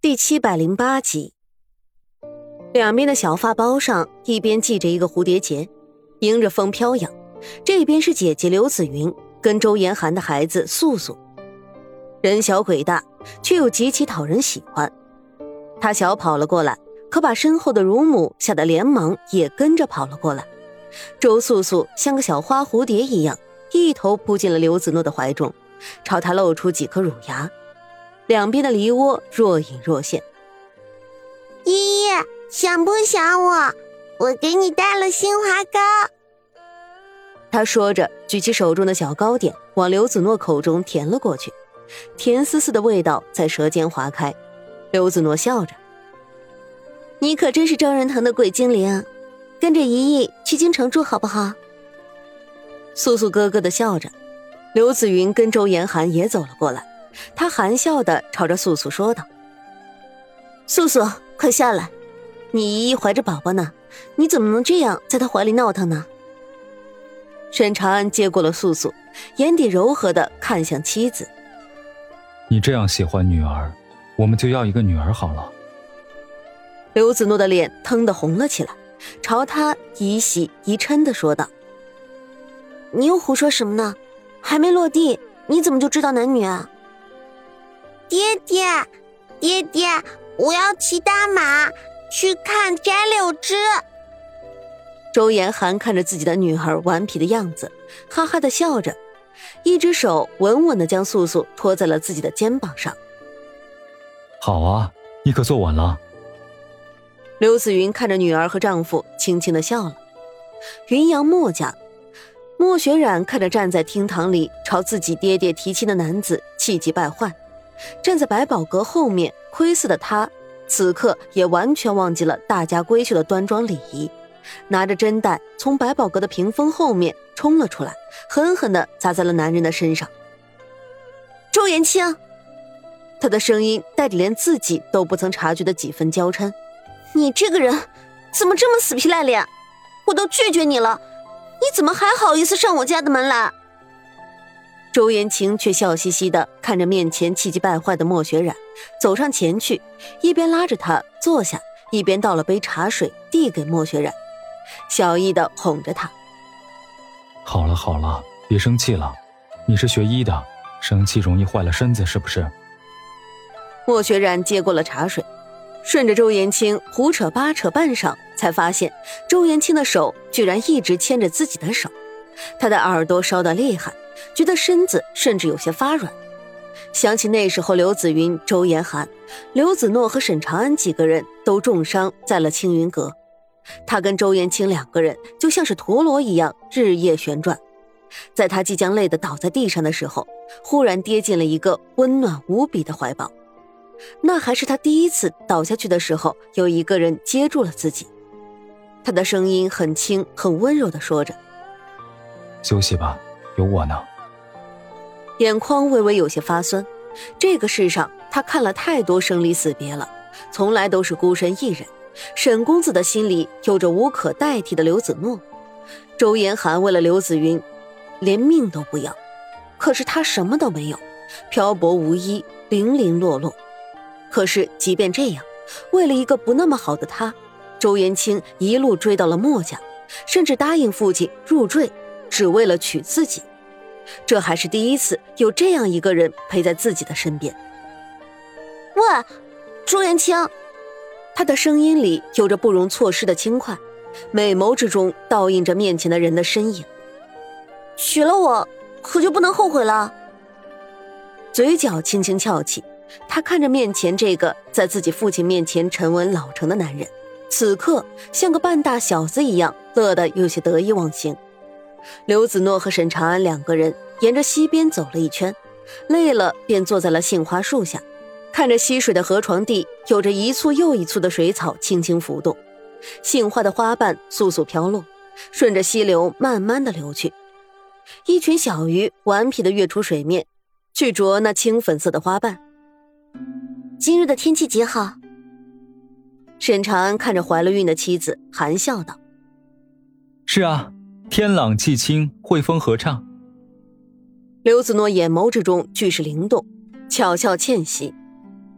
第708集。两边的小发包上一边系着一个蝴蝶结，迎着风飘扬。这边是姐姐刘子云跟周延寒的孩子素素，人小鬼大，却又极其讨人喜欢。他小跑了过来，可把身后的乳母吓得连忙也跟着跑了过来。周素素像个小花蝴蝶一样，一头扑进了刘子诺的怀中，朝他露出几颗乳牙，两边的梨窝若隐若现。 爷爷，想不想我？我给你带了杏花糕。 他说着举起手中的小糕点往刘子诺口中填了过去，甜丝丝的味道在舌尖划开。刘子诺笑着，你可真是招人疼的鬼精灵，跟着姨姨去京城住好不好？素素咯咯地笑着。刘子云跟周延寒也走了过来，他含笑地朝着素素说道，素素快下来，你姨姨怀着宝宝呢，你怎么能这样在她怀里闹腾呢？沈长安接过了素素，眼底柔和地看向妻子， 你这样喜欢女儿，我们就要一个女儿好了。 刘子诺的脸腾地红了起来，朝他一喜一嗔地说道，你又胡说什么呢？还没落地，你怎么就知道男女啊？ 爹爹，我要骑大马去看摘柳枝。 周延寒看着自己的女儿顽皮的样子，哈哈地笑着，一只手稳稳地将素素托在了自己的肩膀上。 好啊，你可坐稳了。 刘子云看着女儿和丈夫轻轻地笑了。云阳墨家，莫雪染看着站在厅堂里朝自己爹爹提亲的男子气急败坏，站在百宝阁后面窥视的他此刻也完全忘记了大家闺秀的端庄礼仪，拿着针带从百宝阁的屏风后面冲了出来，狠狠地砸在了男人的身上。周延清，他的声音带着连自己都不曾察觉的几分娇嗔，你这个人怎么这么死皮赖脸？我都拒绝你了，你怎么还好意思上我家的门来？周延清却笑嘻嘻地看着面前气急败坏的莫雪染，走上前去，一边拉着他坐下，一边倒了杯茶水递给莫雪染，小意地哄着他。 好了，别生气了，你是学医的，生气容易坏了身子是不是？ 莫雪染接过了茶水，顺着周延清胡扯八扯半晌，才发现周延清的手居然一直牵着自己的手，他的耳朵烧得厉害，觉得身子甚至有些发软。想起那时候刘子云、周延寒、刘子诺和沈长安几个人都重伤在了青云阁，他跟周延清两个人就像是陀螺一样日夜旋转。在他即将累得倒在地上的时候，忽然跌进了一个温暖无比的怀抱。那还是他第一次倒下去的时候，有一个人接住了自己。他的声音很轻很温柔地说着， 休息吧，有我呢。 眼眶微微有些发酸，这个世上他看了太多生离死别了，从来都是孤身一人。沈公子的心里有着无可代替的刘子诺，周延寒为了刘子云连命都不要，可是他什么都没有，漂泊无依，零零落落。可是即便这样，为了一个不那么好的他，周延清一路追到了墨家，甚至答应父亲入赘，只为了娶自己。这还是第一次有这样一个人陪在自己的身边。喂，周延清，他的声音里有着不容错失的轻快，美眸之中倒映着面前的人的身影。娶了我可就不能后悔了。嘴角轻轻翘起，他看着面前这个在自己父亲面前沉稳老成的男人，此刻像个半大小子一样，乐得有些得意忘形。刘子诺和沈长安两个人沿着溪边走了一圈，累了便坐在了杏花树下，看着溪水的河床地有着一簇又一簇的水草轻轻浮动，杏花的花瓣簌簌飘落，顺着溪流慢慢的流去。一群小鱼顽皮地跃出水面，去啄那青粉色的花瓣。今日的天气极好。沈长安看着怀了孕的妻子含笑道， 是啊，天朗气清，惠风和畅。 刘子诺眼眸之中俱是灵动，巧笑倩兮。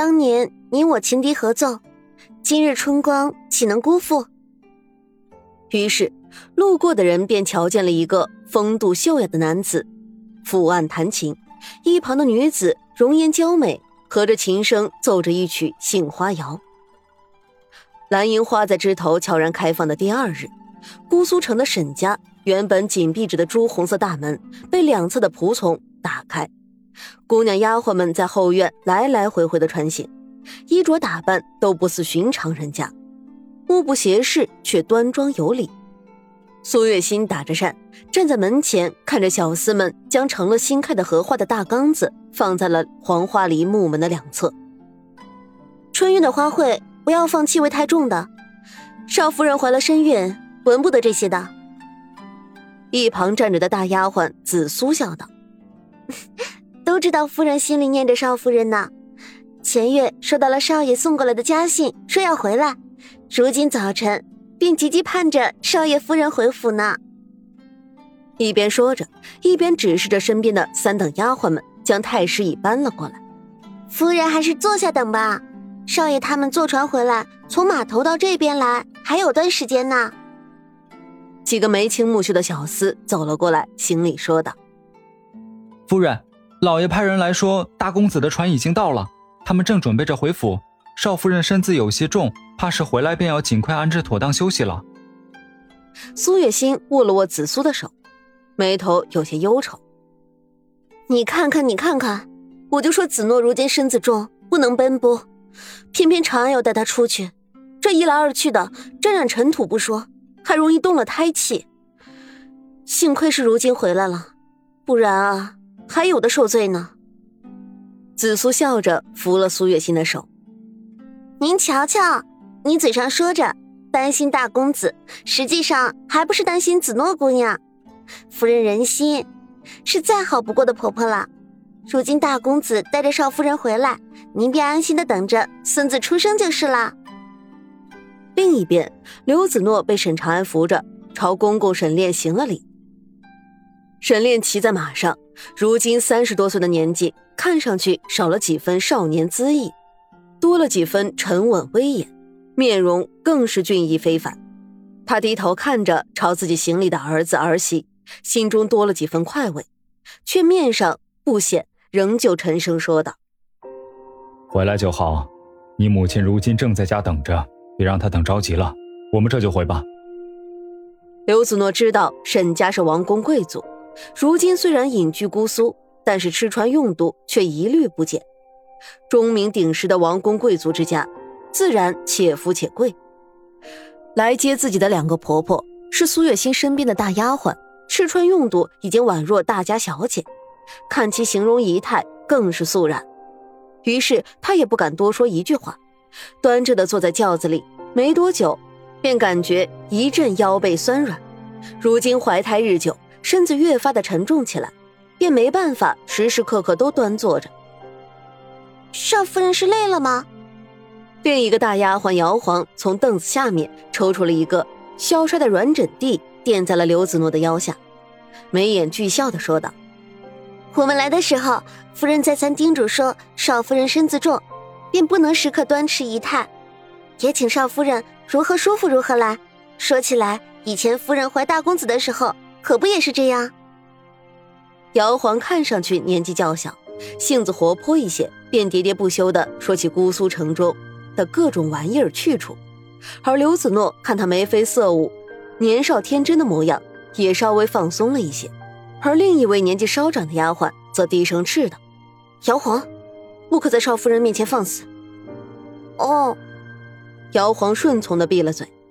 当年你我情敌合奏，今日春光岂能辜负？ 于是路过的人便瞧见了一个风度秀雅的男子伏案弹琴，一旁的女子容颜娇美，和着琴声奏着一曲杏花谣。蓝银花在枝头悄然开放的第二日，姑苏城的沈家原本紧闭着的朱红色大门被两侧的仆从打开，姑娘丫鬟们在后院来来回回的穿行，衣着打扮都不似寻常人家，目不斜视却端庄有礼。苏月心打着扇站在门前，看着小厮们将成了新开的荷花的大缸子放在了黄花梨木门的两侧。 春运的花卉不要放气味太重的，少夫人怀了身孕，闻不得这些的。 一旁站着的大丫鬟紫苏笑道： 都知道夫人心里念着少夫人呢，前月收到了少爷送过来的家信，说要回来，如今早晨便急急盼着少爷夫人回府呢。 一边说着，一边指示着身边的三等丫鬟们将太师椅搬了过来。 夫人还是坐下等吧，少爷他们坐船回来，从码头到这边来还有段时间呢。 几个眉清目秀的小厮走了过来，行礼说道： 夫人，老爷派人来说大公子的船已经到了，他们正准备着回府，少夫人身子有些重，怕是回来便要尽快安置妥当休息了。 苏月心握了握紫苏的手，眉头有些忧愁。 你看看，我就说子诺如今身子重，不能奔波，偏偏长安要带他出去，这一来二去的沾染尘土不说，还容易动了胎气。幸亏是如今回来了，不然啊，还有的受罪呢。 紫苏笑着扶了苏月心的手。 您瞧瞧，你嘴上说着担心大公子，实际上还不是担心子诺姑娘。夫人人心，是再好不过的婆婆了。如今大公子带着少夫人回来，您便安心的等着孙子出生就是了。 另一边，刘子诺被沈长安扶着朝公公沈炼行了礼。沈炼骑在马上，如今30多岁的年纪，看上去少了几分少年姿意，多了几分沉稳威严，面容更是俊逸非凡。他低头看着朝自己行礼的儿子儿媳，心中多了几分快慰，却面上不显，仍旧沉声说道： 回来就好，你母亲如今正在家等着，别让她等着急了，我们这就回吧。 刘子诺知道沈家是王公贵族，如今虽然隐居姑苏，但是吃穿用度却一律不减。钟鸣鼎食的王公贵族之家，自然且富且贵。来接自己的2个婆婆是苏月心身边的大丫鬟，吃穿用度已经宛若大家小姐，看其形容仪态更是肃然。于是她也不敢多说一句话，端着的坐在轿子里，没多久便感觉一阵腰背酸软。如今怀胎日久，身子越发的沉重起来，便没办法时时刻刻都端坐着。 少夫人是累了吗？ 另一个大丫鬟姚黄从凳子下面抽出了一个消衰的软枕地，垫在了刘子诺的腰下，眉眼俱笑地说道： 我们来的时候，夫人再三叮嘱说少夫人身子重，便不能时刻端持仪态，也请少夫人如何舒服如何来。说起来，以前夫人怀大公子的时候可不也是这样。 姚黄看上去年纪较小，性子活泼一些，便喋喋不休地说起姑苏城中的各种玩意儿去处。而刘子诺看他眉飞色舞，年少天真的模样，也稍微放松了一些。而另一位年纪稍长的丫鬟则低声斥道：姚黄，不可在少夫人面前放肆。 哦。 姚黄顺从地闭了嘴。